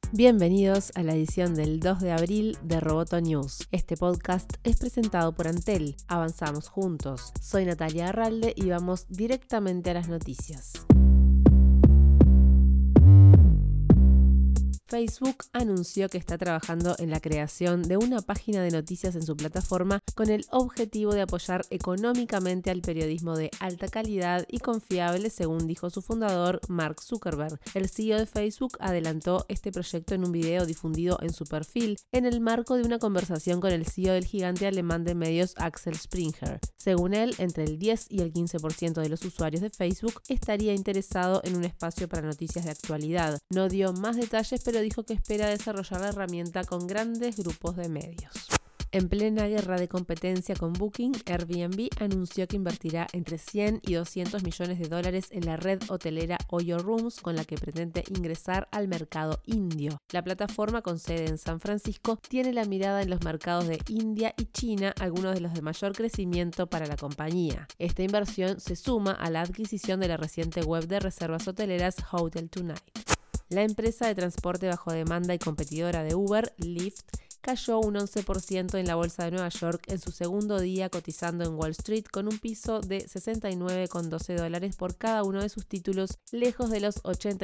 Bienvenidos a la edición del 2 de abril de Roboto News. Este podcast es presentado por Antel. Avanzamos juntos. Soy Natalia Arralde y vamos directamente a las noticias. Facebook anunció que está trabajando en la creación de una página de noticias en su plataforma con el objetivo de apoyar económicamente al periodismo de alta calidad y confiable, según dijo su fundador, Mark Zuckerberg. El CEO de Facebook adelantó este proyecto en un video difundido en su perfil en el marco de una conversación con el CEO del gigante alemán de medios Axel Springer. Según él, entre el 10 y el 15% de los usuarios de Facebook estaría interesado en un espacio para noticias de actualidad. No dio más detalles, pero dijo que espera desarrollar la herramienta con grandes grupos de medios. En plena guerra de competencia con Booking, Airbnb anunció que invertirá entre 100 y 200 millones de dólares en la red hotelera Oyo Rooms, con la que pretende ingresar al mercado indio. La plataforma, con sede en San Francisco, tiene la mirada en los mercados de India y China, algunos de los de mayor crecimiento para la compañía. Esta inversión se suma a la adquisición de la reciente web de reservas hoteleras Hotel Tonight. La empresa de transporte bajo demanda y competidora de Uber, Lyft, cayó un 11% en la bolsa de Nueva York en su segundo día cotizando en Wall Street con un piso de $69,12 por cada uno de sus títulos, lejos de los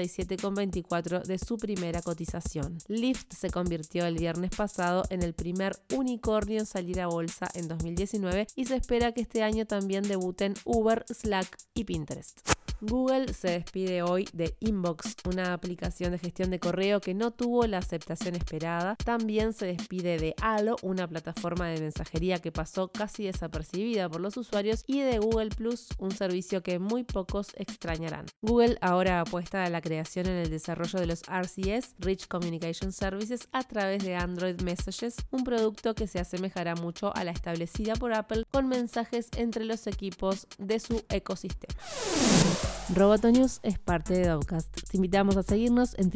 $87,24 de su primera cotización. Lyft se convirtió el viernes pasado en el primer unicornio en salir a bolsa en 2019 y se espera que este año también debuten Uber, Slack y Pinterest. Google se despide hoy de Inbox, una aplicación de gestión de correo que no tuvo la aceptación esperada. También se despide de Allo, una plataforma de mensajería que pasó casi desapercibida por los usuarios, y de Google Plus, un servicio que muy pocos extrañarán. Google ahora apuesta a la creación en el desarrollo de los RCS, Rich Communication Services, a través de Android Messages, un producto que se asemejará mucho a la establecida por Apple con mensajes entre los equipos de su ecosistema. Roboto News es parte de Dovecast. Te invitamos a seguirnos en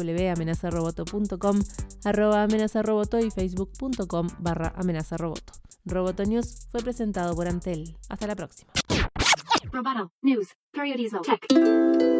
www.amenazaroboto.com, @amenazaroboto y facebook.com/amenazaroboto. Roboto News fue presentado por Antel. Hasta la próxima. Roboto News. Periodismo Tech.